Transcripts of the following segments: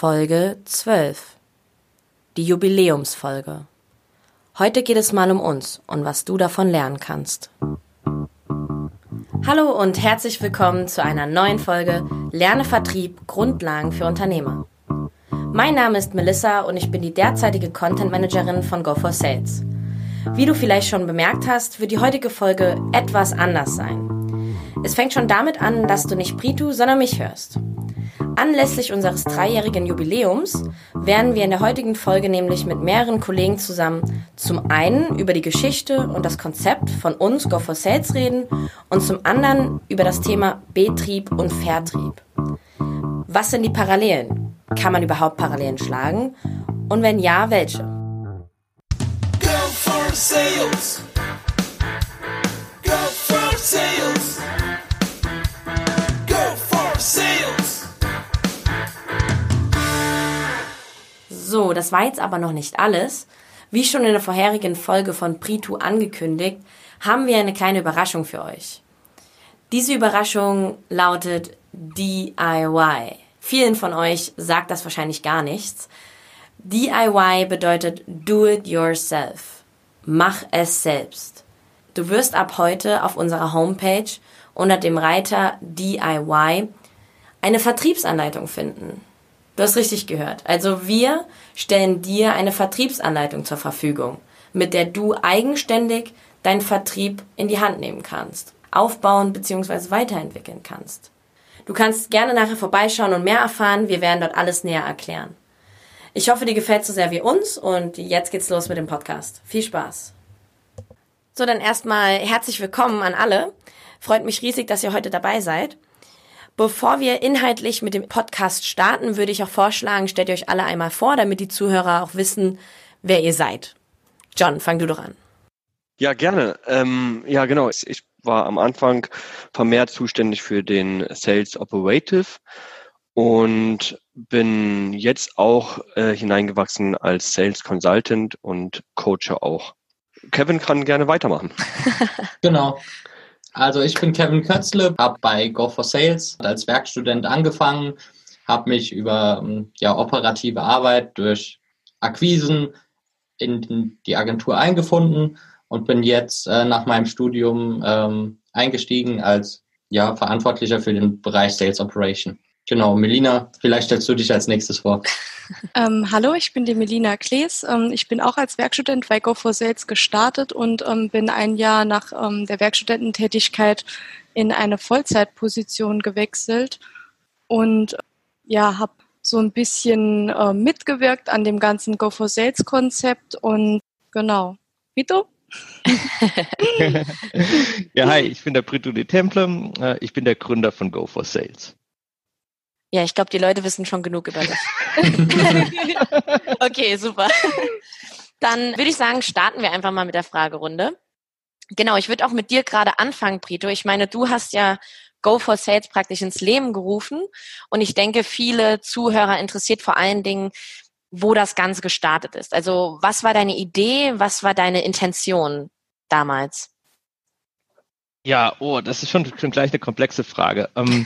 Folge 12. Die Jubiläumsfolge. Heute geht es mal um uns und was du davon lernen kannst. Hallo und herzlich willkommen zu einer neuen Folge Lerne Vertrieb – Grundlagen für Unternehmer. Mein Name ist Melissa und ich bin die derzeitige Content Managerin von Go4Sales. Wie du vielleicht schon bemerkt hast, wird die heutige Folge etwas anders sein. Es fängt schon damit an, dass du nicht Pritu, sondern mich hörst. Anlässlich unseres 3-jährigen Jubiläums werden wir in der heutigen Folge nämlich mit mehreren Kollegen zusammen zum einen über die Geschichte und das Konzept von uns Go4Sales reden und zum anderen über das Thema Betrieb und Vertrieb. Was sind die Parallelen? Kann man überhaupt Parallelen schlagen? Und wenn ja, welche? Go4Sales! Go4Sales! Go4Sales! So, das war jetzt aber noch nicht alles. Wie schon in der vorherigen Folge von Pritu angekündigt, haben wir eine kleine Überraschung für euch. Diese Überraschung lautet DIY. Vielen von euch sagt das wahrscheinlich gar nichts. DIY bedeutet Do It Yourself. Mach es selbst. Du wirst ab heute auf unserer Homepage unter dem Reiter DIY eine Vertriebsanleitung finden. Du hast richtig gehört. Also wir stellen dir eine Vertriebsanleitung zur Verfügung, mit der du eigenständig deinen Vertrieb in die Hand nehmen kannst, aufbauen bzw. weiterentwickeln kannst. Du kannst gerne nachher vorbeischauen und mehr erfahren. Wir werden dort alles näher erklären. Ich hoffe, dir gefällt es so sehr wie uns und jetzt geht's los mit dem Podcast. Viel Spaß. So, dann erstmal herzlich willkommen an alle. Freut mich riesig, dass ihr heute dabei seid. Bevor wir inhaltlich mit dem Podcast starten, würde ich auch vorschlagen, stellt ihr euch alle einmal vor, damit die Zuhörer auch wissen, wer ihr seid. John, fang du doch an. Ja, gerne. Genau. Ich war am Anfang vermehrt zuständig für den Sales Operative und bin jetzt auch hineingewachsen als Sales Consultant und coache auch. Kevin kann gerne weitermachen. Genau. Also ich bin Kevin Kötzle, habe bei Go4Sales als Werkstudent angefangen, habe mich über operative Arbeit durch Akquisen in die Agentur eingefunden und bin jetzt nach meinem Studium eingestiegen als Verantwortlicher für den Bereich Sales Operation. Genau, Melina, vielleicht stellst du dich als nächstes vor. Hallo, ich bin die Melina Klees. Ich bin auch als Werkstudent bei Go4Sales gestartet und bin ein Jahr nach der Werkstudententätigkeit in eine Vollzeitposition gewechselt und habe so ein bisschen mitgewirkt an dem ganzen Go4Sales-Konzept und genau. Vito? Ja, hi, ich bin der Pritu de Temple. Ich bin der Gründer von Go4Sales. Ja, ich glaube, die Leute wissen schon genug über dich. Okay, super. Dann würde ich sagen, starten wir einfach mal mit der Fragerunde. Genau, ich würde auch mit dir gerade anfangen, Pritu. Ich meine, du hast ja Go4Sales praktisch ins Leben gerufen und ich denke, viele Zuhörer interessiert vor allen Dingen, wo das Ganze gestartet ist. Also, was war deine Idee, was war deine Intention damals? Ja, das ist schon gleich eine komplexe Frage.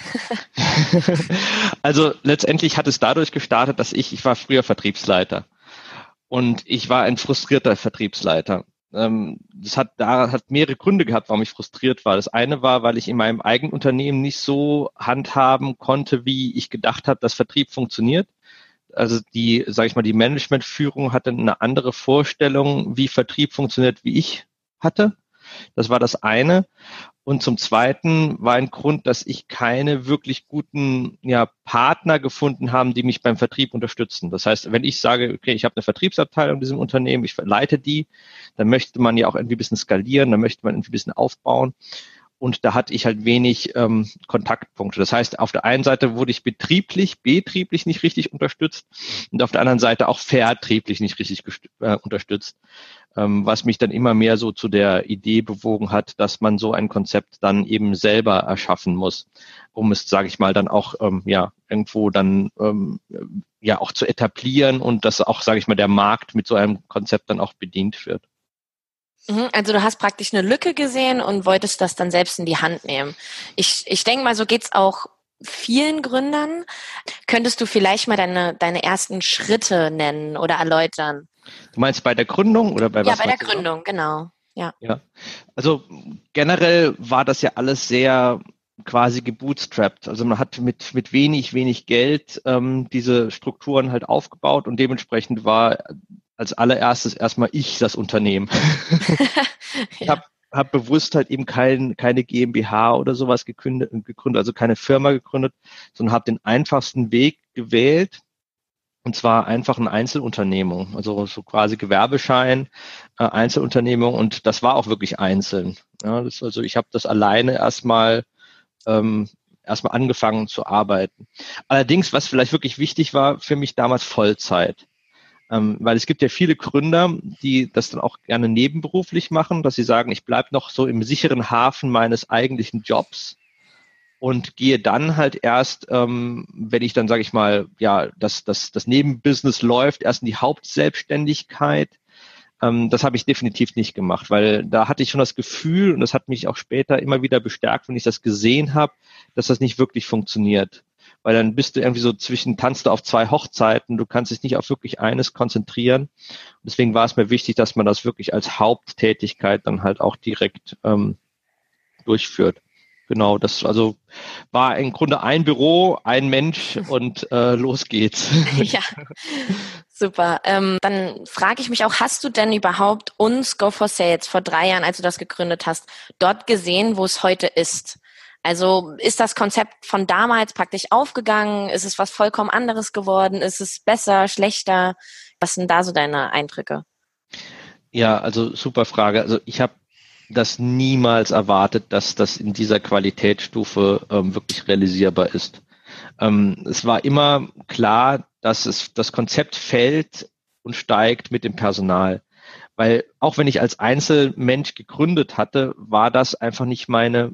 Also letztendlich hat es dadurch gestartet, dass ich war früher Vertriebsleiter und ich war ein frustrierter Vertriebsleiter. Das hat mehrere Gründe gehabt, warum ich frustriert war. Das eine war, weil ich in meinem eigenen Unternehmen nicht so handhaben konnte, wie ich gedacht habe, dass Vertrieb funktioniert. Also die Managementführung hatte eine andere Vorstellung, wie Vertrieb funktioniert, wie ich hatte. Das war das eine. Und zum Zweiten war ein Grund, dass ich keine wirklich guten Partner gefunden habe, die mich beim Vertrieb unterstützen. Das heißt, wenn ich sage, okay, ich habe eine Vertriebsabteilung in diesem Unternehmen, ich leite die, dann möchte man ja auch irgendwie ein bisschen skalieren, dann möchte man irgendwie ein bisschen aufbauen. Und da hatte ich halt wenig Kontaktpunkte. Das heißt, auf der einen Seite wurde ich betrieblich nicht richtig unterstützt und auf der anderen Seite auch vertrieblich nicht richtig unterstützt. Was mich dann immer mehr so zu der Idee bewogen hat, dass man so ein Konzept dann eben selber erschaffen muss, um es, sage ich mal, dann auch irgendwo dann auch zu etablieren und dass auch, sage ich mal, der Markt mit so einem Konzept dann auch bedient wird. Also du hast praktisch eine Lücke gesehen und wolltest das dann selbst in die Hand nehmen. Ich denke mal, so geht's auch vielen Gründern. Könntest du vielleicht mal deine ersten Schritte nennen oder erläutern? Du meinst bei der Gründung oder bei was? Ja, bei der Gründung, genau. Ja. Also generell war das ja alles sehr quasi gebootstrapped. Also man hat mit wenig Geld diese Strukturen halt aufgebaut und dementsprechend war als allererstes erstmal ich das Unternehmen. Ich hab bewusst halt eben keine GmbH oder sowas gegründet, also keine Firma gegründet, sondern habe den einfachsten Weg gewählt. Und zwar einfach eine Einzelunternehmung, also so quasi Gewerbeschein, Einzelunternehmung, und das war auch wirklich einzeln. Ja, also ich habe das alleine erstmal angefangen zu arbeiten. Allerdings, was vielleicht wirklich wichtig war für mich damals, Vollzeit. Weil es gibt ja viele Gründer, die das dann auch gerne nebenberuflich machen, dass sie sagen, ich bleibe noch so im sicheren Hafen meines eigentlichen Jobs und gehe dann halt erst, wenn ich dann, sage ich mal, ja, das Nebenbusiness läuft, erst in die Hauptselbstständigkeit. Das habe ich definitiv nicht gemacht, weil da hatte ich schon das Gefühl, und das hat mich auch später immer wieder bestärkt, wenn ich das gesehen habe, dass das nicht wirklich funktioniert. Weil dann bist du irgendwie so tanzt du auf zwei Hochzeiten, du kannst dich nicht auf wirklich eines konzentrieren. Und deswegen war es mir wichtig, dass man das wirklich als Haupttätigkeit dann halt auch direkt durchführt. Genau, das also war im Grunde ein Büro, ein Mensch und los geht's. Ja, super. Dann frage ich mich auch, hast du denn überhaupt uns Go for Sales vor 3 Jahren, als du das gegründet hast, dort gesehen, wo es heute ist? Also ist das Konzept von damals praktisch aufgegangen? Ist es was vollkommen anderes geworden? Ist es besser, schlechter? Was sind da so deine Eindrücke? Ja, also super Frage. Also ich habe das niemals erwartet, dass das in dieser Qualitätsstufe wirklich realisierbar ist. Es war immer klar, dass das Konzept fällt und steigt mit dem Personal. Weil auch wenn ich als Einzelmensch gegründet hatte, war das einfach nicht meine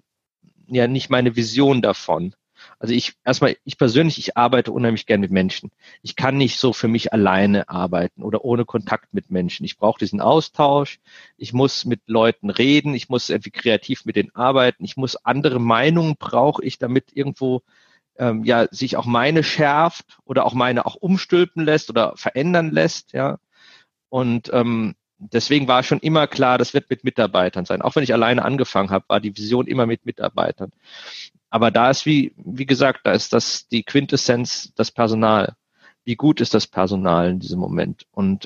Vision davon. Also ich persönlich, ich arbeite unheimlich gern mit Menschen. Ich kann nicht so für mich alleine arbeiten oder ohne Kontakt mit Menschen. Ich brauche diesen Austausch. Ich muss mit Leuten reden. Ich muss irgendwie kreativ mit denen arbeiten. Ich muss andere Meinungen brauche ich, damit irgendwo sich auch meine schärft oder auch meine auch umstülpen lässt oder verändern lässt. Ja. Und deswegen war schon immer klar, das wird mit Mitarbeitern sein. Auch wenn ich alleine angefangen habe, war die Vision immer mit Mitarbeitern. Aber da ist, wie gesagt, da ist das die Quintessenz, das Personal. Wie gut ist das Personal in diesem Moment? Und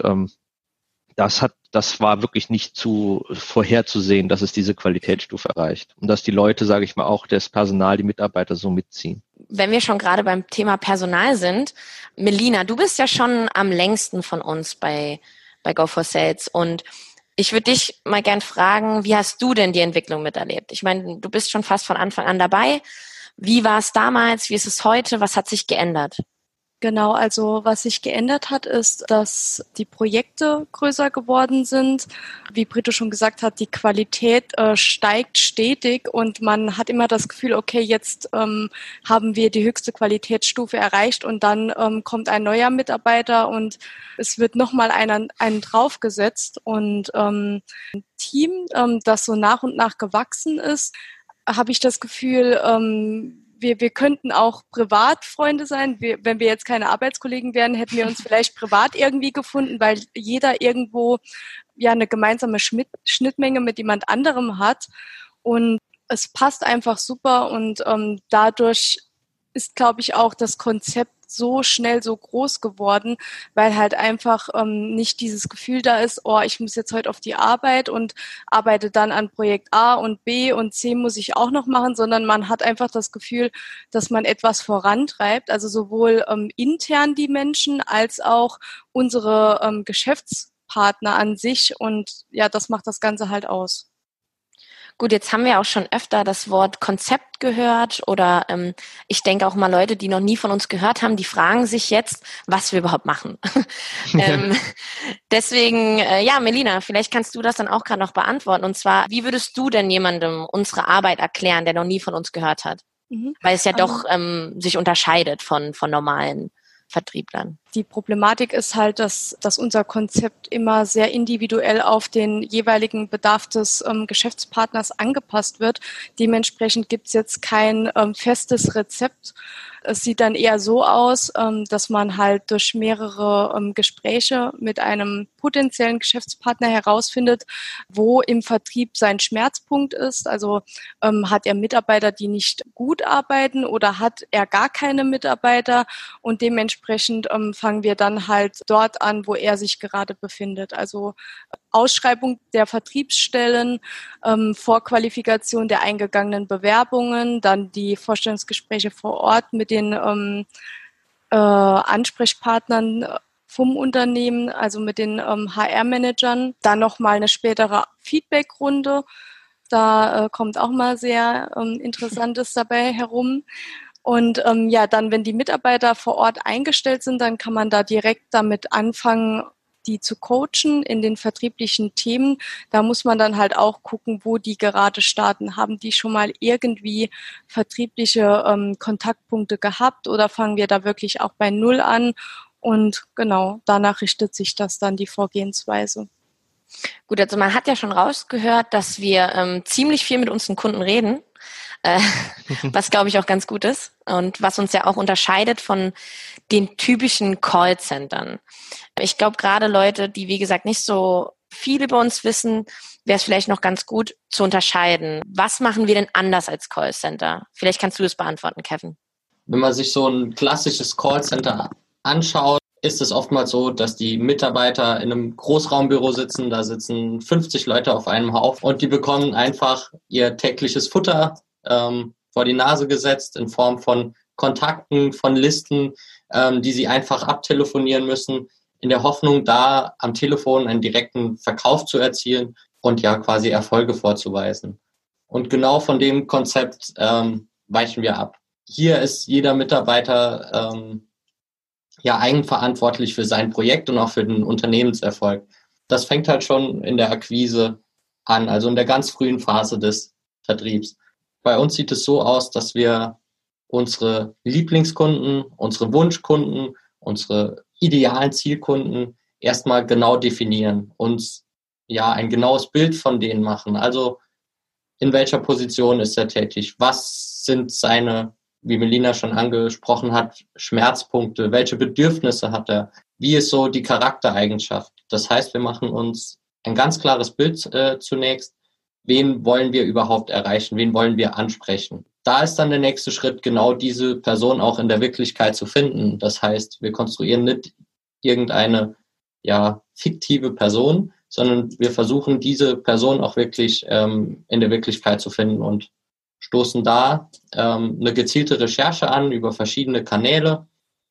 das war wirklich nicht zu vorherzusehen, dass es diese Qualitätsstufe erreicht. Und dass die Leute, sage ich mal, auch das Personal, die Mitarbeiter so mitziehen. Wenn wir schon gerade beim Thema Personal sind, Melina, du bist ja schon am längsten von uns bei Go for Sales. Und ich würde dich mal gern fragen, wie hast du denn die Entwicklung miterlebt? Ich meine, du bist schon fast von Anfang an dabei. Wie war es damals? Wie ist es heute? Was hat sich geändert? Genau, also was sich geändert hat, ist, dass die Projekte größer geworden sind. Wie Brito schon gesagt hat, die Qualität steigt stetig und man hat immer das Gefühl, okay, jetzt haben wir die höchste Qualitätsstufe erreicht und dann kommt ein neuer Mitarbeiter und es wird nochmal einen draufgesetzt und ein Team, das so nach und nach gewachsen ist, habe ich das Gefühl, wir könnten auch privat Freunde sein. Wenn wir jetzt keine Arbeitskollegen wären, hätten wir uns vielleicht privat irgendwie gefunden, weil jeder irgendwo ja eine gemeinsame Schnittmenge mit jemand anderem hat. Und es passt einfach super und dadurch ist, glaube ich, auch das Konzept so schnell so groß geworden, weil halt einfach nicht dieses Gefühl da ist, oh, ich muss jetzt heute auf die Arbeit und arbeite dann an Projekt A und B und C muss ich auch noch machen, sondern man hat einfach das Gefühl, dass man etwas vorantreibt, also sowohl intern die Menschen als auch unsere Geschäftspartner an sich und ja, das macht das Ganze halt aus. Gut, jetzt haben wir auch schon öfter das Wort Konzept gehört oder ich denke auch mal Leute, die noch nie von uns gehört haben, die fragen sich jetzt, was wir überhaupt machen. Deswegen, Melina, vielleicht kannst du das dann auch gerade noch beantworten. Und zwar, wie würdest du denn jemandem unsere Arbeit erklären, der noch nie von uns gehört hat? Weil es ja doch sich unterscheidet von normalen Vertrieblern. Die Problematik ist halt, dass unser Konzept immer sehr individuell auf den jeweiligen Bedarf des Geschäftspartners angepasst wird. Dementsprechend gibt es jetzt kein festes Rezept. Es sieht dann eher so aus, dass man halt durch mehrere Gespräche mit einem potenziellen Geschäftspartner herausfindet, wo im Vertrieb sein Schmerzpunkt ist. Also hat er Mitarbeiter, die nicht gut arbeiten, oder hat er gar keine Mitarbeiter? Und dementsprechend fangen wir dann halt dort an, wo er sich gerade befindet. Also Ausschreibung der Vertriebsstellen, Vorqualifikation der eingegangenen Bewerbungen, dann die Vorstellungsgespräche vor Ort mit den Ansprechpartnern vom Unternehmen, also mit den HR-Managern, dann nochmal eine spätere Feedbackrunde. Da kommt auch mal sehr Interessantes dabei herum. Und dann, wenn die Mitarbeiter vor Ort eingestellt sind, dann kann man da direkt damit anfangen, die zu coachen in den vertrieblichen Themen. Da muss man dann halt auch gucken, wo die gerade starten. Haben die schon mal irgendwie vertriebliche Kontaktpunkte gehabt, oder fangen wir da wirklich auch bei Null an? Und genau, danach richtet sich das dann, die Vorgehensweise. Gut, also man hat ja schon rausgehört, dass wir ziemlich viel mit unseren Kunden reden, was glaube ich auch ganz gut ist und was uns ja auch unterscheidet von den typischen Callcentern. Ich glaube, gerade Leute, die wie gesagt nicht so viel über uns wissen, wäre es vielleicht noch ganz gut zu unterscheiden. Was machen wir denn anders als Callcenter? Vielleicht kannst du das beantworten, Kevin. Wenn man sich so ein klassisches Callcenter anschaut, ist es oftmals so, dass die Mitarbeiter in einem Großraumbüro sitzen, da sitzen 50 Leute auf einem Haufen und die bekommen einfach ihr tägliches Futter vor die Nase gesetzt in Form von Kontakten, von Listen, die sie einfach abtelefonieren müssen, in der Hoffnung, da am Telefon einen direkten Verkauf zu erzielen und ja quasi Erfolge vorzuweisen. Und genau von dem Konzept weichen wir ab. Hier ist jeder Mitarbeiter eigenverantwortlich für sein Projekt und auch für den Unternehmenserfolg. Das fängt halt schon in der Akquise an, also in der ganz frühen Phase des Vertriebs. Bei uns sieht es so aus, dass wir unsere Lieblingskunden, unsere Wunschkunden, unsere idealen Zielkunden erstmal genau definieren, uns ein genaues Bild von denen machen. Also in welcher Position ist er tätig? Was sind seine, wie Melina schon angesprochen hat, Schmerzpunkte? Welche Bedürfnisse hat er? Wie ist so die Charaktereigenschaft? Das heißt, wir machen uns ein ganz klares Bild zunächst. Wen wollen wir überhaupt erreichen? Wen wollen wir ansprechen? Da ist dann der nächste Schritt, genau diese Person auch in der Wirklichkeit zu finden. Das heißt, wir konstruieren nicht irgendeine fiktive Person, sondern wir versuchen, diese Person auch wirklich in der Wirklichkeit zu finden und stoßen da eine gezielte Recherche an über verschiedene Kanäle,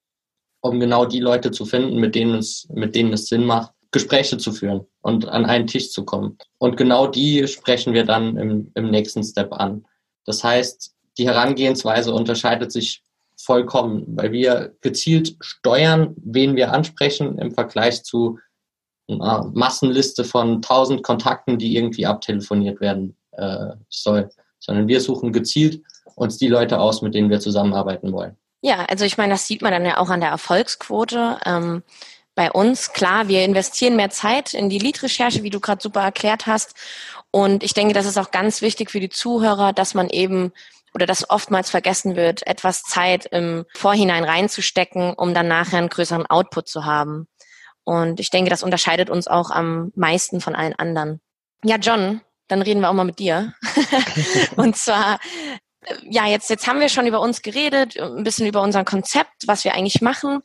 um genau die Leute zu finden, mit denen es Sinn macht, Gespräche zu führen und an einen Tisch zu kommen. Und genau die sprechen wir dann im nächsten Step an. Das heißt, die Herangehensweise unterscheidet sich vollkommen, weil wir gezielt steuern, wen wir ansprechen im Vergleich zu einer Massenliste von 1000 Kontakten, die irgendwie abtelefoniert werden soll. Sondern wir suchen gezielt uns die Leute aus, mit denen wir zusammenarbeiten wollen. Ja, also ich meine, das sieht man dann ja auch an der Erfolgsquote. Bei uns, klar, wir investieren mehr Zeit in die Lead-Recherche, wie du gerade super erklärt hast. Und ich denke, das ist auch ganz wichtig für die Zuhörer, dass man eben, oder dass oftmals vergessen wird, etwas Zeit im Vorhinein reinzustecken, um dann nachher einen größeren Output zu haben. Und ich denke, das unterscheidet uns auch am meisten von allen anderen. Ja, John, dann reden wir auch mal mit dir. Und zwar, jetzt haben wir schon über uns geredet, ein bisschen über unser Konzept, was wir eigentlich machen.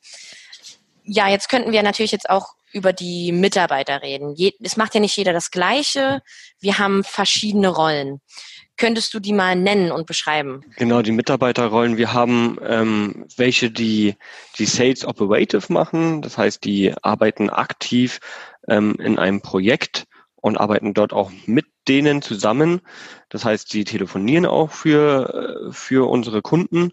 Ja, jetzt könnten wir natürlich jetzt auch über die Mitarbeiter reden. Es macht ja nicht jeder das Gleiche. Wir haben verschiedene Rollen. Könntest du die mal nennen und beschreiben? Genau, die Mitarbeiterrollen. Wir haben welche, die Sales Operative machen. Das heißt, die arbeiten aktiv in einem Projekt und arbeiten dort auch mit denen zusammen. Das heißt, sie telefonieren auch für unsere Kunden.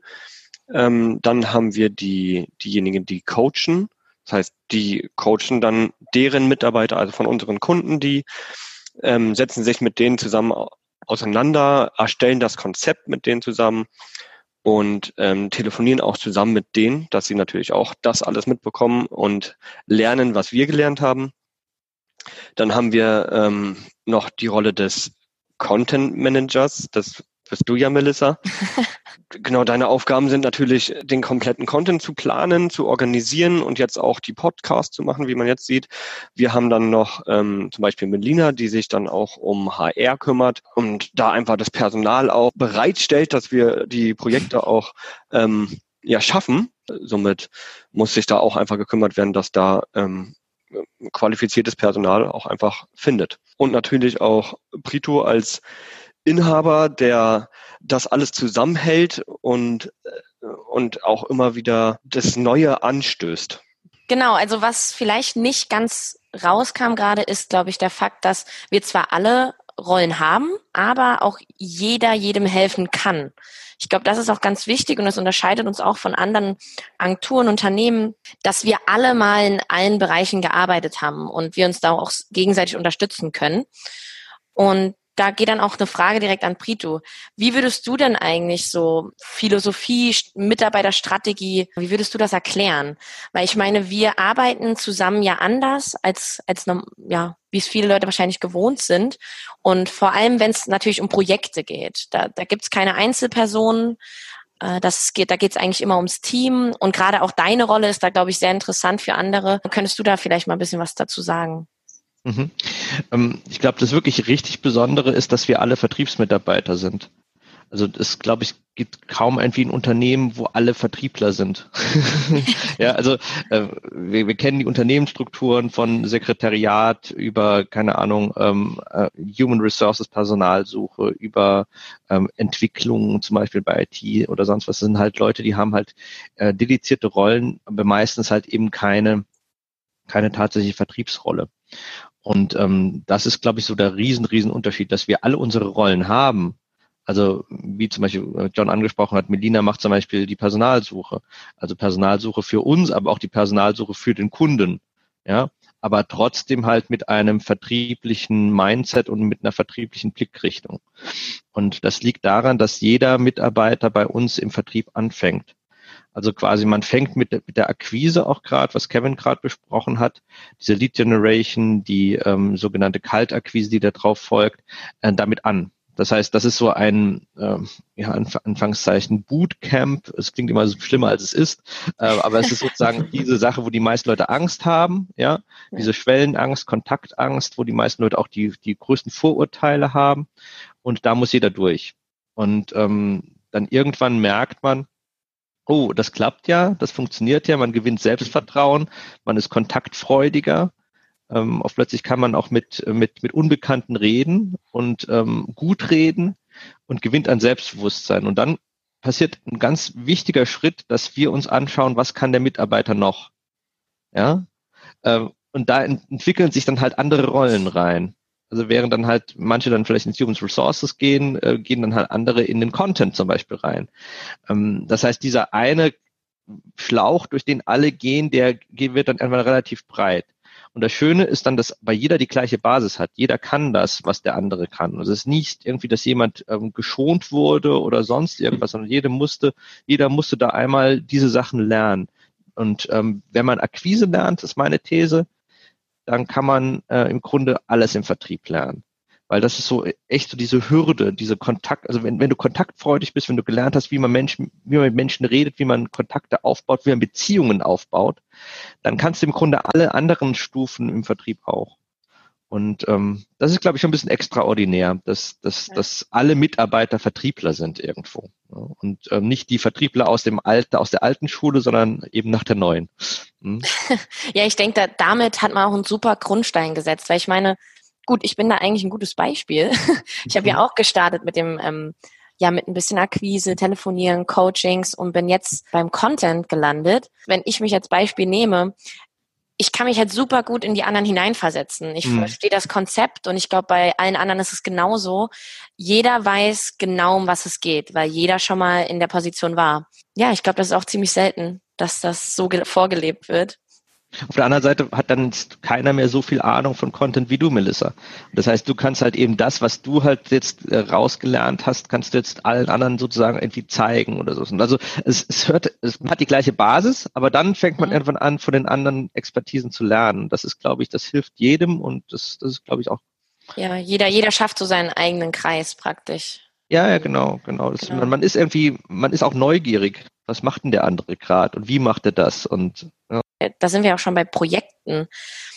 Dann haben wir diejenigen, die coachen. Das heißt, die coachen dann deren Mitarbeiter, also von unseren Kunden, die setzen sich mit denen zusammen auseinander, erstellen das Konzept mit denen zusammen und telefonieren auch zusammen mit denen, dass sie natürlich auch das alles mitbekommen und lernen, was wir gelernt haben. Dann haben wir noch die Rolle des Content Managers, das bist du ja, Melissa. Genau, deine Aufgaben sind natürlich, den kompletten Content zu planen, zu organisieren und jetzt auch die Podcasts zu machen, wie man jetzt sieht. Wir haben dann noch zum Beispiel Melina, die sich dann auch um HR kümmert und da einfach das Personal auch bereitstellt, dass wir die Projekte auch schaffen. Somit muss sich da auch einfach gekümmert werden, dass da qualifiziertes Personal auch einfach findet. Und natürlich auch Prito als Inhaber, der das alles zusammenhält und auch immer wieder das Neue anstößt. Genau, also was vielleicht nicht ganz rauskam gerade, ist, glaube ich, der Fakt, dass wir zwar alle Rollen haben, aber auch jeder jedem helfen kann. Ich glaube, das ist auch ganz wichtig und das unterscheidet uns auch von anderen Agenturen, Unternehmen, dass wir alle mal in allen Bereichen gearbeitet haben und wir uns da auch gegenseitig unterstützen können. Und da geht dann auch eine Frage direkt an Prito. Wie würdest du denn eigentlich so Philosophie, Mitarbeiterstrategie, wie würdest du das erklären? Weil ich meine, wir arbeiten zusammen ja anders als wie es viele Leute wahrscheinlich gewohnt sind. Und vor allem, wenn es natürlich um Projekte geht. Da gibt es keine Einzelpersonen. Da geht es eigentlich immer ums Team. Und gerade auch deine Rolle ist da, glaube ich, sehr interessant für andere. Könntest du da vielleicht mal ein bisschen was dazu sagen? Ich glaube, das wirklich richtig Besondere ist, dass wir alle Vertriebsmitarbeiter sind. Also es, glaube ich, gibt kaum irgendwie ein Unternehmen, wo alle Vertriebler sind. Ja, also wir kennen die Unternehmensstrukturen von Sekretariat über, keine Ahnung, Human Resources, Personalsuche, über Entwicklung zum Beispiel bei IT oder sonst was. Das sind halt Leute, die haben halt dedizierte Rollen, aber meistens halt eben keine tatsächliche Vertriebsrolle. Und das ist, glaube ich, so der riesen Unterschied, dass wir alle unsere Rollen haben. Also wie zum Beispiel John angesprochen hat, Melina macht zum Beispiel die Personalsuche. Also Personalsuche für uns, aber auch die Personalsuche für den Kunden. Ja, aber trotzdem halt mit einem vertrieblichen Mindset und mit einer vertrieblichen Blickrichtung. Und das liegt daran, dass jeder Mitarbeiter bei uns im Vertrieb anfängt. Also quasi man fängt mit der Akquise auch gerade, was Kevin gerade besprochen hat, diese Lead Generation, die sogenannte Kaltakquise, die da drauf folgt, damit an. Das heißt, das ist so ein Anfangszeichen Bootcamp. Es klingt immer so schlimmer, als es ist, aber es ist sozusagen diese Sache, wo die meisten Leute Angst haben, ja, diese Schwellenangst, Kontaktangst, wo die meisten Leute auch die größten Vorurteile haben. Und da muss jeder durch. Und dann irgendwann merkt man, oh, das klappt ja, das funktioniert ja, man gewinnt Selbstvertrauen, man ist kontaktfreudiger. Auf plötzlich kann man auch mit Unbekannten reden und gut reden und gewinnt an Selbstbewusstsein. Und dann passiert ein ganz wichtiger Schritt, dass wir uns anschauen, was kann der Mitarbeiter noch? Ja, und da entwickeln sich dann halt andere Rollen rein. Also während dann halt manche dann vielleicht ins Human Resources gehen, gehen dann halt andere in den Content zum Beispiel rein. Das heißt, dieser eine Schlauch, durch den alle gehen, der wird dann irgendwann relativ breit. Und das Schöne ist dann, dass bei jeder die gleiche Basis hat. Jeder kann das, was der andere kann. Also es ist nicht irgendwie, dass jemand geschont wurde oder sonst irgendwas, sondern jeder musste da einmal diese Sachen lernen. Und wenn man Akquise lernt, ist meine These, dann kann man im Grunde alles im Vertrieb lernen. Weil das ist so echt so diese Hürde, diese Kontakt, also wenn du kontaktfreudig bist, wenn du gelernt hast, wie man mit Menschen redet, wie man Kontakte aufbaut, wie man Beziehungen aufbaut, dann kannst du im Grunde alle anderen Stufen im Vertrieb auch. Und das ist, glaube ich, schon ein bisschen extraordinär, dass alle Mitarbeiter Vertriebler sind irgendwo. Ja, und nicht die Vertriebler aus der alten Schule, sondern eben nach der neuen. Ja, ich denke, damit hat man auch einen super Grundstein gesetzt, weil ich meine, gut, ich bin da eigentlich ein gutes Beispiel. Ich habe ja auch gestartet mit dem, mit ein bisschen Akquise, Telefonieren, Coachings und bin jetzt beim Content gelandet. Wenn ich mich als Beispiel nehme, ich kann mich halt super gut in die anderen hineinversetzen. Ich verstehe das Konzept und ich glaube, bei allen anderen ist es genauso. Jeder weiß genau, um was es geht, weil jeder schon mal in der Position war. Ja, ich glaube, das ist auch ziemlich selten, dass das so vorgelebt wird. Auf der anderen Seite hat dann keiner mehr so viel Ahnung von Content wie du, Melissa. Das heißt, du kannst halt eben das, was du halt jetzt rausgelernt hast, kannst du jetzt allen anderen sozusagen irgendwie zeigen oder so. Und also es hat die gleiche Basis, aber dann fängt man irgendwann an, von den anderen Expertisen zu lernen. Das ist, glaube ich, das hilft jedem und das ist, glaube ich, auch. Ja, jeder schafft so seinen eigenen Kreis praktisch. Ja, genau. Das, genau. Man ist auch neugierig. Was macht denn der andere gerade und wie macht er das? Und ja. Da sind wir auch schon bei Projekten.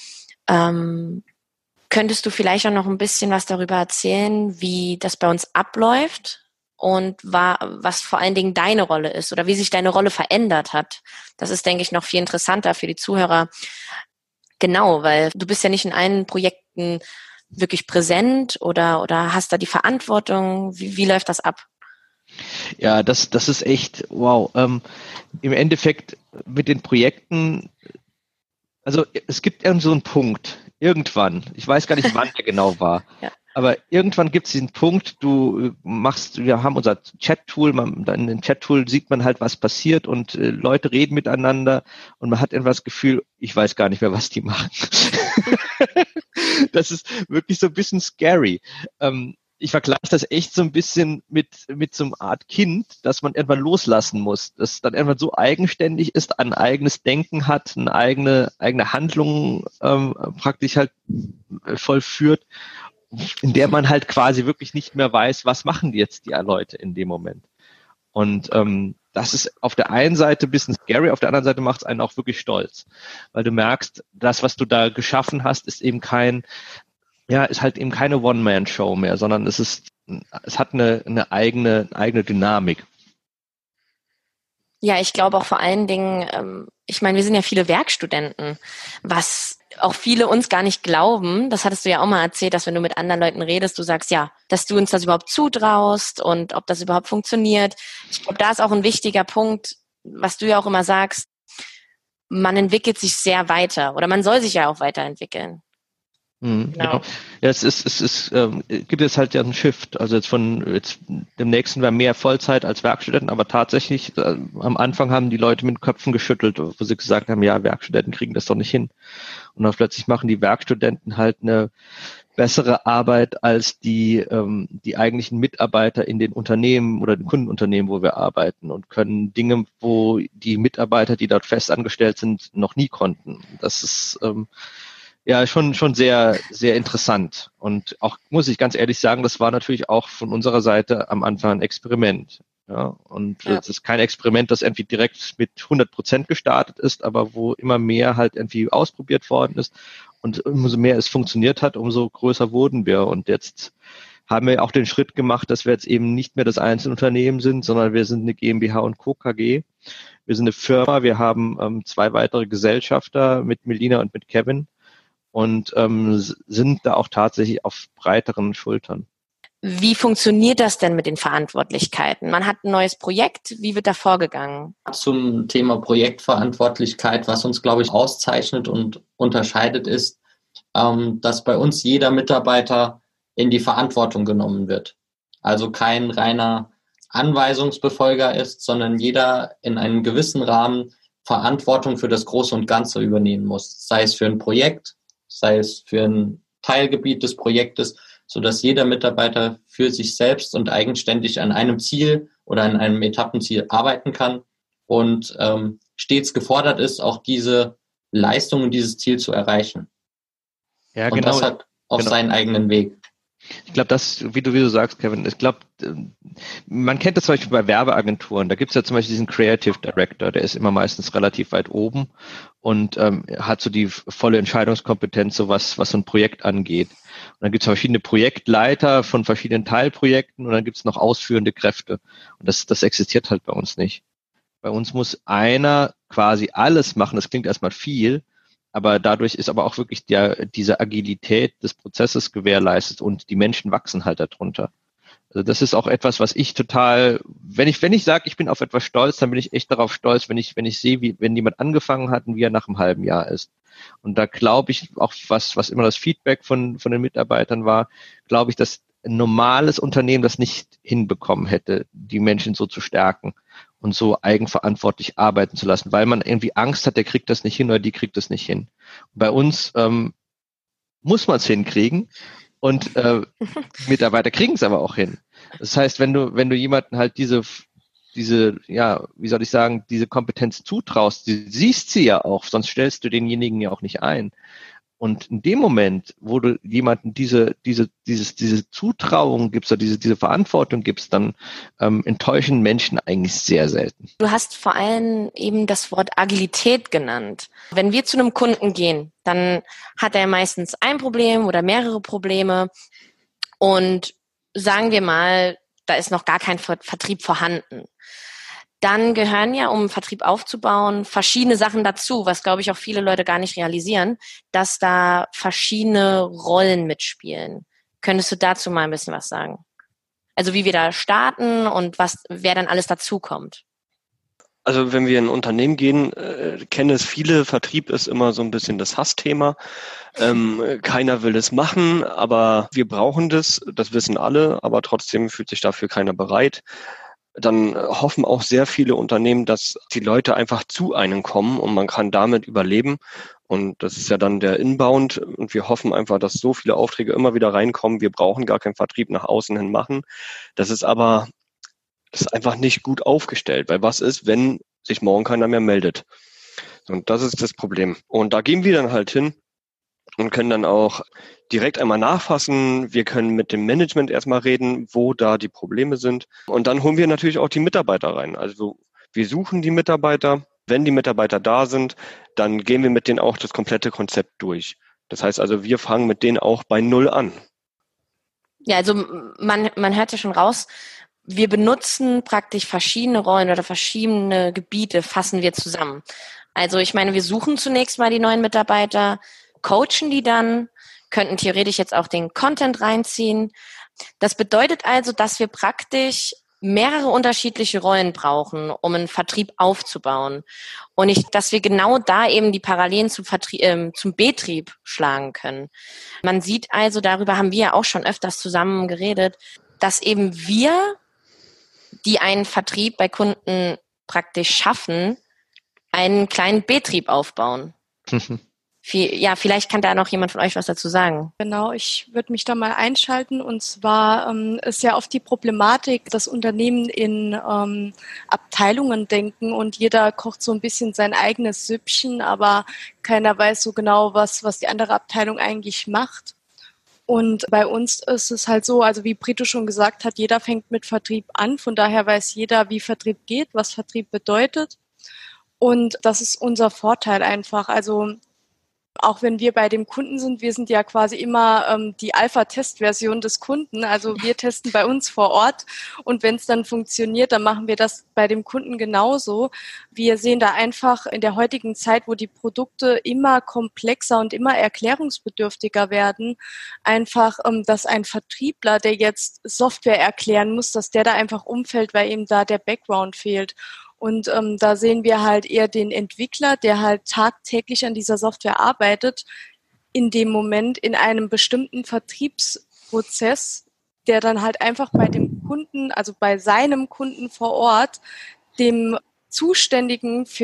Könntest du vielleicht auch noch ein bisschen was darüber erzählen, wie das bei uns abläuft und was vor allen Dingen deine Rolle ist oder wie sich deine Rolle verändert hat? Das ist, denke ich, noch viel interessanter für die Zuhörer. Genau, weil du bist ja nicht in allen Projekten wirklich präsent oder hast da die Verantwortung? Wie läuft das ab? Ja, das ist echt wow. Im Endeffekt mit den Projekten, also es gibt irgend so einen Punkt, irgendwann, ich weiß gar nicht, wann der genau war, ja. Aber irgendwann gibt es diesen Punkt, wir haben unser Chat-Tool, in dem Chat-Tool sieht man halt, was passiert und Leute reden miteinander und man hat etwas das Gefühl, ich weiß gar nicht mehr, was die machen. Das ist wirklich so ein bisschen scary. Ich vergleiche das echt so ein bisschen mit so einer Art Kind, dass man irgendwann loslassen muss, das dann irgendwann so eigenständig ist, ein eigenes Denken hat, eine eigene Handlung praktisch halt vollführt, in der man halt quasi wirklich nicht mehr weiß, was machen jetzt die Leute in dem Moment. Und das ist auf der einen Seite ein bisschen scary, auf der anderen Seite macht es einen auch wirklich stolz, weil du merkst, das, was du da geschaffen hast, ist halt eben keine One-Man-Show mehr, sondern es hat eine eigene Dynamik. Ja, ich glaube auch vor allen Dingen, ich meine, wir sind ja viele Werkstudenten, was auch viele uns gar nicht glauben. Das hattest du ja auch mal erzählt, dass wenn du mit anderen Leuten redest, du sagst, ja, dass du uns das überhaupt zutraust und ob das überhaupt funktioniert. Ich glaube, da ist auch ein wichtiger Punkt, was du ja auch immer sagst, man entwickelt sich sehr weiter oder man soll sich ja auch weiterentwickeln. Genau. Ja, gibt jetzt halt ja einen Shift. Also jetzt demnächst sind wir mehr Vollzeit als Werkstudenten, aber tatsächlich am Anfang haben die Leute mit den Köpfen geschüttelt, wo sie gesagt haben, ja, Werkstudenten kriegen das doch nicht hin. Und dann plötzlich machen die Werkstudenten halt eine bessere Arbeit als die eigentlichen Mitarbeiter in den Unternehmen oder den Kundenunternehmen, wo wir arbeiten und können Dinge, wo die Mitarbeiter, die dort fest angestellt sind, noch nie konnten. Das ist ja, schon sehr, sehr interessant. Und auch, muss ich ganz ehrlich sagen, das war natürlich auch von unserer Seite am Anfang ein Experiment. Ja, und es ist kein Experiment, das irgendwie direkt mit 100% gestartet ist, aber wo immer mehr halt irgendwie ausprobiert worden ist. Und umso mehr es funktioniert hat, umso größer wurden wir. Und jetzt haben wir auch den Schritt gemacht, dass wir jetzt eben nicht mehr das Einzelunternehmen sind, sondern wir sind eine GmbH und Co. KG. Wir sind eine Firma. Wir haben 2 weitere Gesellschafter mit Melina und mit Kevin. Und sind da auch tatsächlich auf breiteren Schultern. Wie funktioniert das denn mit den Verantwortlichkeiten? Man hat ein neues Projekt, wie wird da vorgegangen? Zum Thema Projektverantwortlichkeit, was uns, glaube ich, auszeichnet und unterscheidet, ist, dass bei uns jeder Mitarbeiter in die Verantwortung genommen wird. Also kein reiner Anweisungsbefolger ist, sondern jeder in einem gewissen Rahmen Verantwortung für das Große und Ganze übernehmen muss. Sei es für ein Projekt, sei es für ein Teilgebiet des Projektes, sodass jeder Mitarbeiter für sich selbst und eigenständig an einem Ziel oder an einem Etappenziel arbeiten kann und stets gefordert ist, auch diese Leistung und dieses Ziel zu erreichen. Ja, und das hat auf seinen eigenen Weg. Ich glaube, wie du sagst, Kevin, ich glaube, man kennt das zum Beispiel bei Werbeagenturen. Da gibt es ja zum Beispiel diesen Creative Director, der ist immer meistens relativ weit oben und hat so die volle Entscheidungskompetenz, so was so ein Projekt angeht. Und dann gibt es verschiedene Projektleiter von verschiedenen Teilprojekten und dann gibt es noch ausführende Kräfte. Und das existiert halt bei uns nicht. Bei uns muss einer quasi alles machen. Das klingt erstmal viel, aber dadurch ist aber auch wirklich diese Agilität des Prozesses gewährleistet und die Menschen wachsen halt darunter. Also das ist auch etwas, was ich total, wenn ich sage, ich bin auf etwas stolz, dann bin ich echt darauf stolz, wenn ich sehe, wenn jemand angefangen hat und wie er nach einem halben Jahr ist. Und da glaube ich auch, was immer das Feedback von den Mitarbeitern war, glaube ich, dass ein normales Unternehmen das nicht hinbekommen hätte, die Menschen so zu stärken und so eigenverantwortlich arbeiten zu lassen, weil man irgendwie Angst hat, der kriegt das nicht hin oder die kriegt das nicht hin. Bei uns muss man es hinkriegen und Mitarbeiter kriegen es aber auch hin. Das heißt, wenn du jemanden halt diese, ja, wie soll ich sagen, diese Kompetenz zutraust, du siehst sie ja auch, sonst stellst du denjenigen ja auch nicht ein. Und in dem Moment, wo du jemanden diese Zutrauung gibst oder diese Verantwortung gibst, dann enttäuschen Menschen eigentlich sehr selten. Du hast vor allem eben das Wort Agilität genannt. Wenn wir zu einem Kunden gehen, dann hat er meistens ein Problem oder mehrere Probleme und sagen wir mal, da ist noch gar kein Vertrieb vorhanden. Dann gehören ja, um Vertrieb aufzubauen, verschiedene Sachen dazu, was, glaube ich, auch viele Leute gar nicht realisieren, dass da verschiedene Rollen mitspielen. Könntest du dazu mal ein bisschen was sagen? Also wie wir da starten und wer dann alles dazukommt. Also wenn wir in ein Unternehmen gehen, kennen es viele, Vertrieb ist immer so ein bisschen das Hassthema. Keiner will es machen, aber wir brauchen das wissen alle, aber trotzdem fühlt sich dafür keiner bereit. Dann hoffen auch sehr viele Unternehmen, dass die Leute einfach zu einem kommen und man kann damit überleben. Und das ist ja dann der Inbound. Und wir hoffen einfach, dass so viele Aufträge immer wieder reinkommen. Wir brauchen gar keinen Vertrieb nach außen hin machen. Das ist einfach nicht gut aufgestellt. Weil was ist, wenn sich morgen keiner mehr meldet? Und das ist das Problem. Und da gehen wir dann halt hin und können dann auch direkt einmal nachfassen. Wir können mit dem Management erstmal reden, wo da die Probleme sind. Und dann holen wir natürlich auch die Mitarbeiter rein. Also wir suchen die Mitarbeiter. Wenn die Mitarbeiter da sind, dann gehen wir mit denen auch das komplette Konzept durch. Das heißt also, wir fangen mit denen auch bei Null an. Ja, also man hört ja schon raus, wir benutzen praktisch verschiedene Rollen oder verschiedene Gebiete, fassen wir zusammen. Also ich meine, wir suchen zunächst mal die neuen Mitarbeiter, coachen die dann, könnten theoretisch jetzt auch den Content reinziehen. Das bedeutet also, dass wir praktisch mehrere unterschiedliche Rollen brauchen, um einen Vertrieb aufzubauen. Und dass wir genau da eben die Parallelen zum Betrieb schlagen können. Man sieht also, darüber haben wir ja auch schon öfters zusammen geredet, dass eben wir, die einen Vertrieb bei Kunden praktisch schaffen, einen kleinen Betrieb aufbauen. Ja, vielleicht kann da noch jemand von euch was dazu sagen. Genau, ich würde mich da mal einschalten. Und zwar ist ja oft die Problematik, dass Unternehmen in Abteilungen denken und jeder kocht so ein bisschen sein eigenes Süppchen, aber keiner weiß so genau, was die andere Abteilung eigentlich macht. Und bei uns ist es halt so, also wie Brito schon gesagt hat, jeder fängt mit Vertrieb an. Von daher weiß jeder, wie Vertrieb geht, was Vertrieb bedeutet. Und das ist unser Vorteil einfach. Also auch wenn wir bei dem Kunden sind, wir sind ja quasi immer die Alpha-Test-Version des Kunden. Also wir testen bei uns vor Ort und wenn es dann funktioniert, dann machen wir das bei dem Kunden genauso. Wir sehen da einfach in der heutigen Zeit, wo die Produkte immer komplexer und immer erklärungsbedürftiger werden, einfach, dass ein Vertriebler, der jetzt Software erklären muss, dass der da einfach umfällt, weil ihm da der Background fehlt. Und da sehen wir halt eher den Entwickler, der halt tagtäglich an dieser Software arbeitet, in dem Moment in einem bestimmten Vertriebsprozess, der dann halt einfach bei dem Kunden, also bei seinem Kunden vor Ort, dem Zuständigen für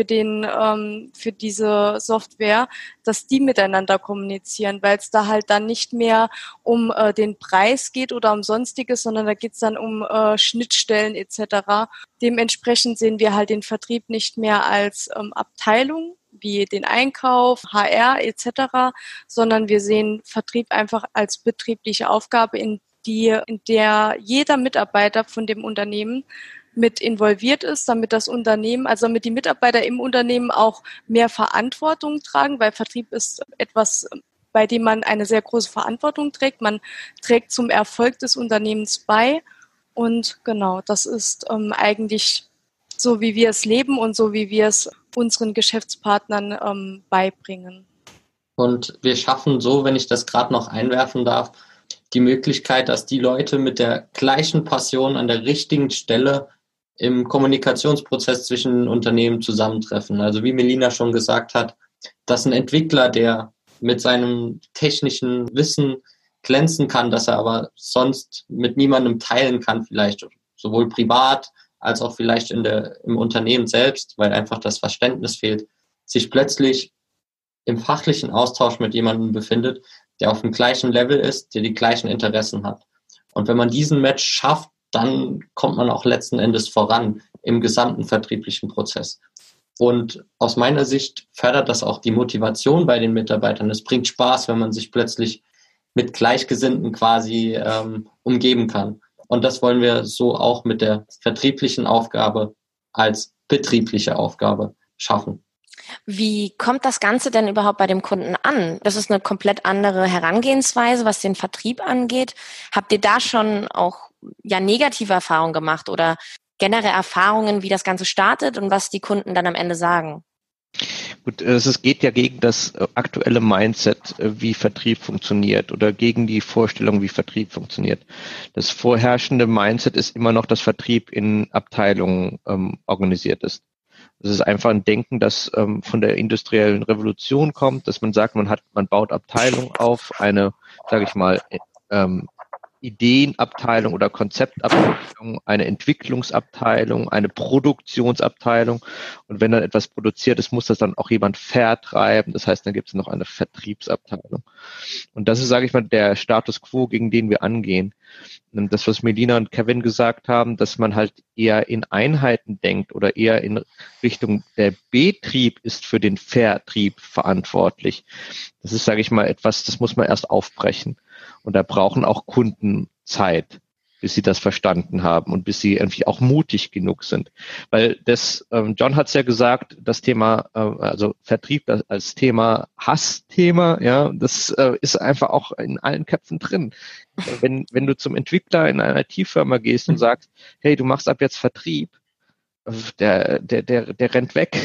diese Software, dass die miteinander kommunizieren, weil es da halt dann nicht mehr um den Preis geht oder um Sonstiges, sondern da geht es dann um Schnittstellen etc. Dementsprechend sehen wir halt den Vertrieb nicht mehr als Abteilung wie den Einkauf, HR etc., sondern wir sehen Vertrieb einfach als betriebliche Aufgabe, in der jeder Mitarbeiter von dem Unternehmen mit involviert ist, damit das Unternehmen, also damit die Mitarbeiter im Unternehmen auch mehr Verantwortung tragen, weil Vertrieb ist etwas, bei dem man eine sehr große Verantwortung trägt. Man trägt zum Erfolg des Unternehmens bei und genau, das ist eigentlich so, wie wir es leben und so, wie wir es unseren Geschäftspartnern beibringen. Und wir schaffen so, wenn ich das gerade noch einwerfen darf, die Möglichkeit, dass die Leute mit der gleichen Passion an der richtigen Stelle im Kommunikationsprozess zwischen Unternehmen zusammentreffen. Also wie Melina schon gesagt hat, dass ein Entwickler, der mit seinem technischen Wissen glänzen kann, dass er aber sonst mit niemandem teilen kann, vielleicht sowohl privat als auch vielleicht im Unternehmen selbst, weil einfach das Verständnis fehlt, sich plötzlich im fachlichen Austausch mit jemandem befindet, der auf dem gleichen Level ist, der die gleichen Interessen hat. Und wenn man diesen Match schafft, dann kommt man auch letzten Endes voran im gesamten vertrieblichen Prozess. Und aus meiner Sicht fördert das auch die Motivation bei den Mitarbeitern. Es bringt Spaß, wenn man sich plötzlich mit Gleichgesinnten quasi umgeben kann. Und das wollen wir so auch mit der vertrieblichen Aufgabe als betriebliche Aufgabe schaffen. Wie kommt das Ganze denn überhaupt bei dem Kunden an? Das ist eine komplett andere Herangehensweise, was den Vertrieb angeht. Habt ihr da schon auch negative Erfahrungen gemacht oder generelle Erfahrungen, wie das Ganze startet und was die Kunden dann am Ende sagen? Gut, es geht ja gegen das aktuelle Mindset, wie Vertrieb funktioniert oder gegen die Vorstellung, wie Vertrieb funktioniert. Das vorherrschende Mindset ist immer noch, dass Vertrieb in Abteilungen organisiert ist. Das ist einfach ein Denken, das von der industriellen Revolution kommt, dass man sagt, man baut Abteilungen auf, eine, sage ich mal, Ideenabteilung oder Konzeptabteilung, eine Entwicklungsabteilung, eine Produktionsabteilung. Und wenn dann etwas produziert ist, muss das dann auch jemand vertreiben. Das heißt, dann gibt es noch eine Vertriebsabteilung. Und das ist, sage ich mal, der Status quo, gegen den wir angehen. Und das, was Melina und Kevin gesagt haben, dass man halt eher in Einheiten denkt oder eher in Richtung der Betrieb ist für den Vertrieb verantwortlich. Das ist, sage ich mal, etwas, das muss man erst aufbrechen. Und da brauchen auch Kunden Zeit, bis sie das verstanden haben und bis sie irgendwie auch mutig genug sind. Weil John hat es ja gesagt, das Thema, also Vertrieb als Thema Hassthema, ja, das ist einfach auch in allen Köpfen drin. Wenn du zum Entwickler in einer IT-Firma gehst und sagst, hey, du machst ab jetzt Vertrieb, der rennt weg.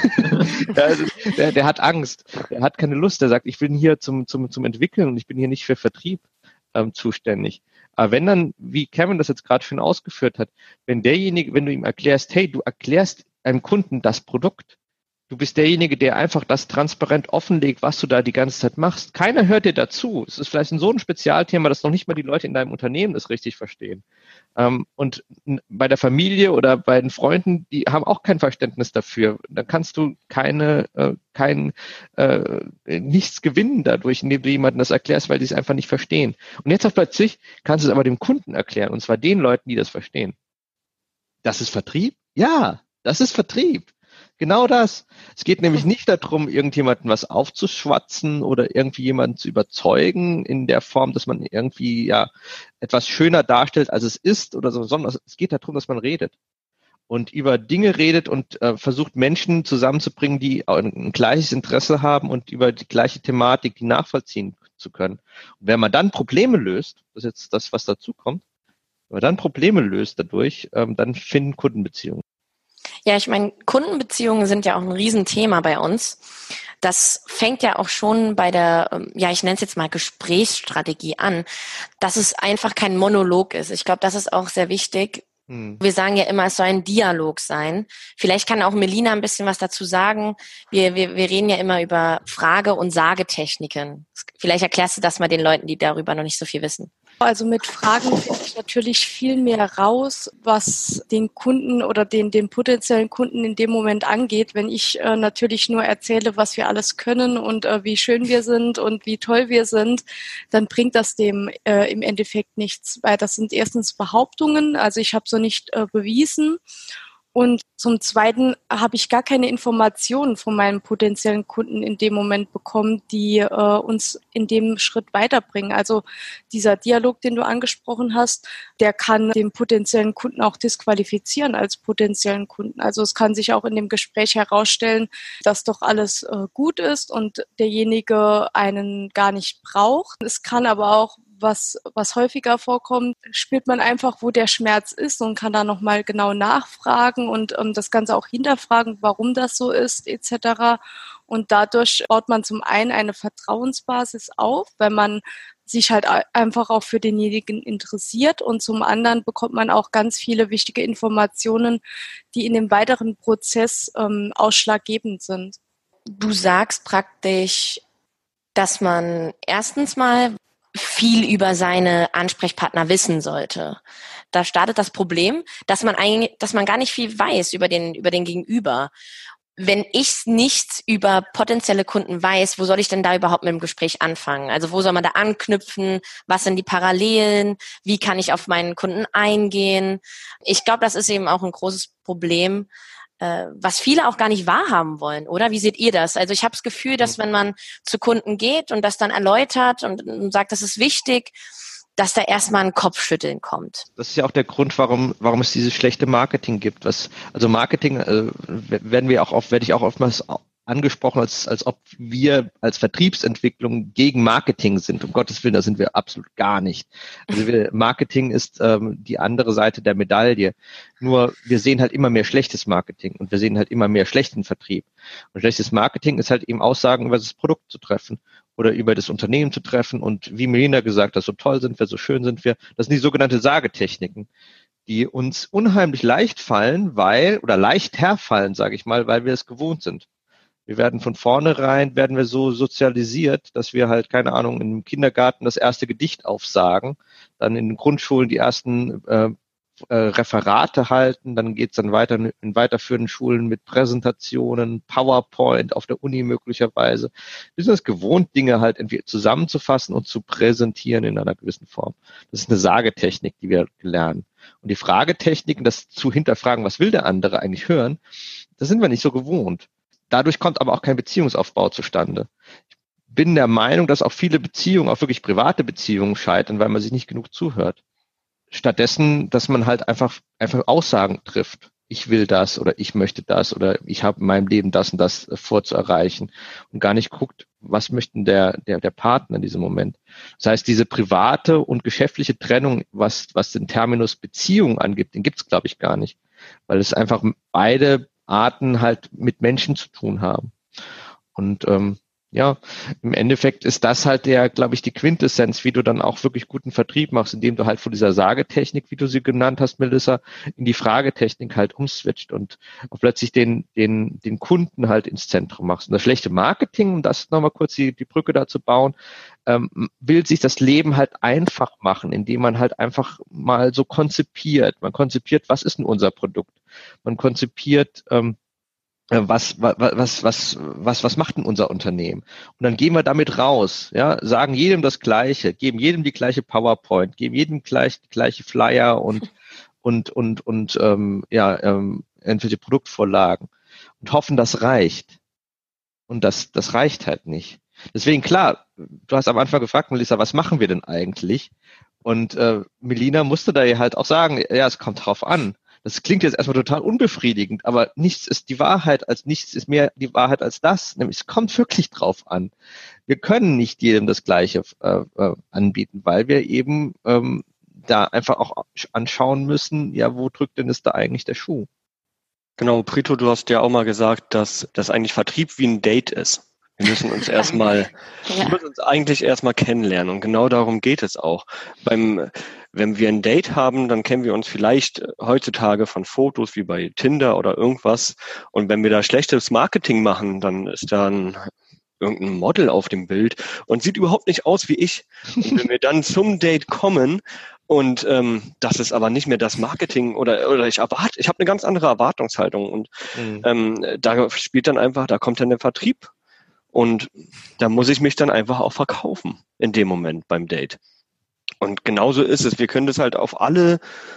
der hat Angst. Der hat keine Lust. Der sagt, ich bin hier zum Entwickeln und ich bin hier nicht für Vertrieb zuständig. Aber wenn dann, wie Kevin das jetzt gerade schön ausgeführt hat, wenn du ihm erklärst, hey, du erklärst einem Kunden das Produkt, du bist derjenige, der einfach das transparent offenlegt, was du da die ganze Zeit machst. Keiner hört dir dazu. Es ist vielleicht so ein Spezialthema, dass noch nicht mal die Leute in deinem Unternehmen das richtig verstehen. Und bei der Familie oder bei den Freunden, die haben auch kein Verständnis dafür. Da kannst du nichts gewinnen dadurch, indem du jemandem das erklärst, weil die es einfach nicht verstehen. Und jetzt plötzlich kannst du es aber dem Kunden erklären, und zwar den Leuten, die das verstehen. Das ist Vertrieb? Ja, das ist Vertrieb. Genau das. Es geht nämlich nicht darum, irgendjemandem was aufzuschwatzen oder irgendwie jemanden zu überzeugen in der Form, dass man irgendwie etwas schöner darstellt, als es ist oder so, sondern es geht darum, dass man redet und über Dinge redet und versucht, Menschen zusammenzubringen, die ein gleiches Interesse haben und über die gleiche Thematik, die nachvollziehen zu können. Und wenn man dann Probleme löst, das ist jetzt das, was dazu kommt, wenn man dann Probleme löst dadurch, dann finden Kundenbeziehungen. Ja, ich meine, Kundenbeziehungen sind ja auch ein Riesenthema bei uns. Das fängt ja auch schon bei der, ich nenne es jetzt mal Gesprächsstrategie an, dass es einfach kein Monolog ist. Ich glaube, das ist auch sehr wichtig. Wir sagen ja immer, es soll ein Dialog sein. Vielleicht kann auch Melina ein bisschen was dazu sagen. Wir reden ja immer über Frage- und Sagetechniken. Vielleicht erklärst du das mal den Leuten, die darüber noch nicht so viel wissen. Also mit Fragen finde ich natürlich viel mehr raus, was den Kunden oder den potenziellen Kunden in dem Moment angeht. Wenn ich natürlich nur erzähle, was wir alles können und wie schön wir sind und wie toll wir sind, dann bringt das dem im Endeffekt nichts, weil das sind erstens Behauptungen, also ich habe so nicht bewiesen. Und zum Zweiten habe ich gar keine Informationen von meinen potenziellen Kunden in dem Moment bekommen, die uns in dem Schritt weiterbringen. Also dieser Dialog, den du angesprochen hast, der kann den potenziellen Kunden auch disqualifizieren als potenziellen Kunden. Also es kann sich auch in dem Gespräch herausstellen, dass doch alles gut ist und derjenige einen gar nicht braucht. Es kann aber auch, was häufiger vorkommt, spürt man einfach, wo der Schmerz ist und kann da nochmal genau nachfragen und das Ganze auch hinterfragen, warum das so ist etc. Und dadurch baut man zum einen eine Vertrauensbasis auf, weil man sich halt einfach auch für denjenigen interessiert und zum anderen bekommt man auch ganz viele wichtige Informationen, die in dem weiteren Prozess ausschlaggebend sind. Du sagst praktisch, dass man erstens mal viel über seine Ansprechpartner wissen sollte. Da startet das Problem, dass man gar nicht viel weiß über den Gegenüber. Wenn ich nichts über potenzielle Kunden weiß, wo soll ich denn da überhaupt mit dem Gespräch anfangen? Also wo soll man da anknüpfen? Was sind die Parallelen? Wie kann ich auf meinen Kunden eingehen? Ich glaube, das ist eben auch ein großes Problem, was viele auch gar nicht wahrhaben wollen, oder? Wie seht ihr das? Also ich habe das Gefühl, dass wenn man zu Kunden geht und das dann erläutert und sagt, das ist wichtig, dass da erstmal ein Kopfschütteln kommt. Das ist ja auch der Grund, warum es dieses schlechte Marketing gibt. Also Marketing werde ich auch oftmals angesprochen, als ob wir als Vertriebsentwicklung gegen Marketing sind. Um Gottes Willen, da sind wir absolut gar nicht. Also Marketing ist die andere Seite der Medaille. Nur wir sehen halt immer mehr schlechtes Marketing und wir sehen halt immer mehr schlechten Vertrieb. Und schlechtes Marketing ist halt eben Aussagen über das Produkt zu treffen oder über das Unternehmen zu treffen. Und wie Melina gesagt hat, so toll sind wir, so schön sind wir. Das sind die sogenannte Sagetechniken, die uns unheimlich leicht fallen, leicht herfallen, sage ich mal, weil wir es gewohnt sind. Wir werden von vornherein, so sozialisiert, dass wir halt, keine Ahnung, im Kindergarten das erste Gedicht aufsagen, dann in den Grundschulen die ersten Referate halten, dann geht's dann weiter in weiterführenden Schulen mit Präsentationen, PowerPoint auf der Uni möglicherweise. Wir sind es gewohnt, Dinge halt irgendwie zusammenzufassen und zu präsentieren in einer gewissen Form. Das ist eine Sagetechnik, die wir lernen. Und die Fragetechniken, das zu hinterfragen, was will der andere eigentlich hören, das sind wir nicht so gewohnt. Dadurch kommt aber auch kein Beziehungsaufbau zustande. Ich bin der Meinung, dass auch viele Beziehungen, auch wirklich private Beziehungen scheitern, weil man sich nicht genug zuhört. Stattdessen, dass man halt einfach Aussagen trifft. Ich will das oder ich möchte das oder ich habe in meinem Leben das und das vorzuerreichen und gar nicht guckt, was möchten der Partner in diesem Moment. Das heißt, diese private und geschäftliche Trennung, was den Terminus Beziehung angibt, den gibt's, glaube ich, gar nicht, weil es einfach beide Arten halt mit Menschen zu tun haben. Und im Endeffekt ist das halt glaube ich, die Quintessenz, wie du dann auch wirklich guten Vertrieb machst, indem du halt von dieser Sagetechnik, wie du sie genannt hast, Melissa, in die Fragetechnik halt umswitcht und auch plötzlich den Kunden halt ins Zentrum machst. Und das schlechte Marketing, um das nochmal kurz die Brücke dazu bauen, will sich das Leben halt einfach machen, indem man halt einfach mal so konzipiert. Man konzipiert, was ist denn unser Produkt? Man konzipiert, was macht denn unser Unternehmen? Und dann gehen wir damit raus, ja, sagen jedem das Gleiche, geben jedem die gleiche PowerPoint, geben jedem die gleiche Flyer und irgendwelche Produktvorlagen und hoffen, das reicht. Und das reicht halt nicht. Deswegen, klar, du hast am Anfang gefragt, Melissa, was machen wir denn eigentlich? Und Melina musste da ja halt auch sagen, ja, es kommt drauf an. Das klingt jetzt erstmal total unbefriedigend, aber nichts ist mehr die Wahrheit als das. Nämlich es kommt wirklich drauf an. Wir können nicht jedem das Gleiche anbieten, weil wir eben da einfach auch anschauen müssen, ja, wo drückt denn da eigentlich der Schuh? Genau, Prito, du hast ja auch mal gesagt, dass das eigentlich Vertrieb wie ein Date ist. Wir müssen uns eigentlich erstmal kennenlernen und genau darum geht es auch. Wenn wir ein Date haben, dann kennen wir uns vielleicht heutzutage von Fotos wie bei Tinder oder irgendwas. Und wenn wir da schlechtes Marketing machen, dann ist da irgendein Model auf dem Bild und sieht überhaupt nicht aus wie ich. Und wenn wir dann zum Date kommen und das ist aber nicht mehr das Marketing oder ich habe eine ganz andere Erwartungshaltung und da kommt dann der Vertrieb. Und da muss ich mich dann einfach auch verkaufen in dem Moment beim Date. Und genauso ist es. Wir können das halt auf alle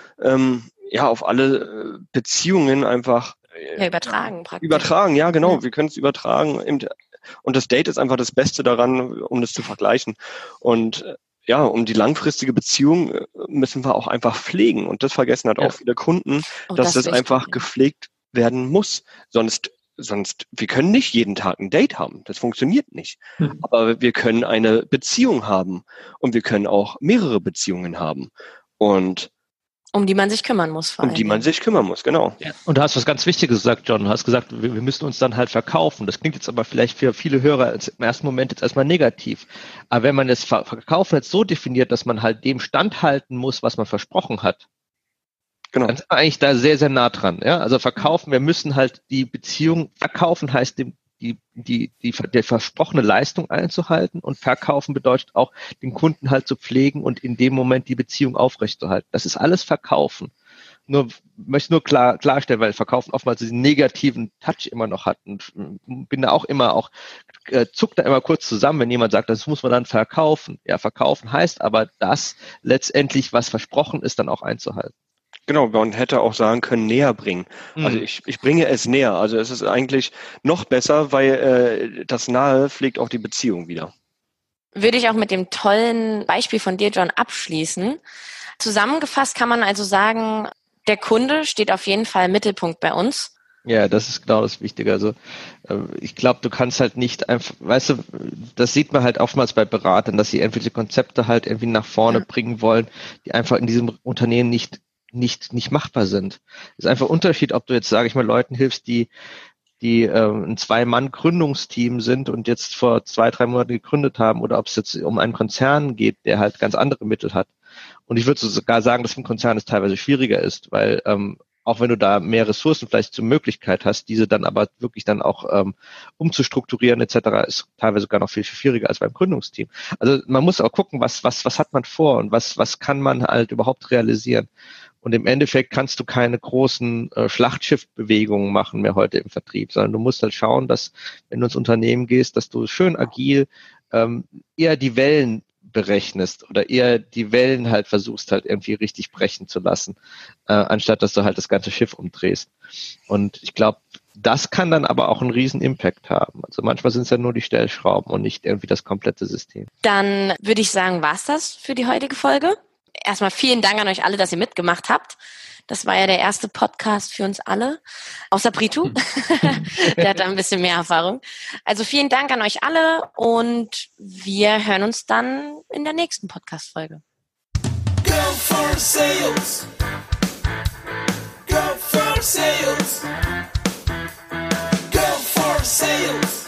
Beziehungen einfach übertragen praktisch. Übertragen, ja genau. Ja. Wir können es übertragen. Und das Date ist einfach das Beste daran, um das zu vergleichen. Und um die langfristige Beziehung müssen wir auch einfach pflegen. Und das vergessen halt auch viele Kunden, dass das einfach gepflegt werden muss. Sonst, wir können nicht jeden Tag ein Date haben. Das funktioniert nicht. Aber wir können eine Beziehung haben und wir können auch mehrere Beziehungen haben. Und um die man sich kümmern muss. Genau. Ja. Und du hast was ganz Wichtiges gesagt, John. Du hast gesagt, wir müssen uns dann halt verkaufen. Das klingt jetzt aber vielleicht für viele Hörer im ersten Moment jetzt erstmal negativ. Aber wenn man das Verkaufen jetzt so definiert, dass man halt dem standhalten muss, was man versprochen hat, genau, dann sind wir eigentlich da sehr, sehr nah dran. Ja? Also verkaufen, wir müssen halt die Beziehung verkaufen, heißt dem die versprochene Leistung einzuhalten, und verkaufen bedeutet auch, den Kunden halt zu pflegen und in dem Moment die Beziehung aufrechtzuerhalten. Das ist alles Verkaufen. Möchte nur klarstellen, weil Verkaufen oftmals diesen negativen Touch immer noch hat, und bin da zuck da immer kurz zusammen, wenn jemand sagt, das muss man dann verkaufen. Ja, verkaufen heißt aber, das letztendlich, was versprochen ist, dann auch einzuhalten. Genau, man hätte auch sagen können, näher bringen. Also ich bringe es näher. Also es ist eigentlich noch besser, weil das Nahe pflegt auch die Beziehung wieder. Würde ich auch mit dem tollen Beispiel von dir, John, abschließen. Zusammengefasst kann man also sagen, der Kunde steht auf jeden Fall im Mittelpunkt bei uns. Ja, das ist genau das Wichtige. Also ich glaube, du kannst halt nicht einfach, weißt du, das sieht man halt oftmals bei Beratern, dass sie irgendwelche Konzepte halt irgendwie nach vorne bringen wollen, die einfach in diesem Unternehmen nicht machbar sind. Es ist einfach ein Unterschied, ob du jetzt, sage ich mal, Leuten hilfst, die ein 2-Mann-Gründungsteam sind und jetzt vor 2-3 Monaten gegründet haben, oder ob es jetzt um einen Konzern geht, der halt ganz andere Mittel hat. Und ich würde sogar sagen, dass im Konzern es teilweise schwieriger ist, weil auch wenn du da mehr Ressourcen vielleicht zur Möglichkeit hast, diese dann aber wirklich dann auch umzustrukturieren etc., ist teilweise sogar noch viel, viel schwieriger als beim Gründungsteam. Also man muss auch gucken, was hat man vor und was kann man halt überhaupt realisieren. Und im Endeffekt kannst du keine großen Schlachtschiffbewegungen machen mehr heute im Vertrieb, sondern du musst halt schauen, dass, wenn du ins Unternehmen gehst, dass du schön agil eher die Wellen berechnest oder eher die Wellen halt versuchst halt irgendwie richtig brechen zu lassen, anstatt dass du halt das ganze Schiff umdrehst. Und ich glaube, das kann dann aber auch einen riesen Impact haben. Also manchmal sind es ja nur die Stellschrauben und nicht irgendwie das komplette System. Dann würde ich sagen, war's das für die heutige Folge. Erstmal vielen Dank an euch alle, dass ihr mitgemacht habt. Das war ja der erste Podcast für uns alle, außer Pritu. Der hat da ein bisschen mehr Erfahrung. Also vielen Dank an euch alle und wir hören uns dann in der nächsten Podcast-Folge. Go for sales. Go for sales. Go for sales.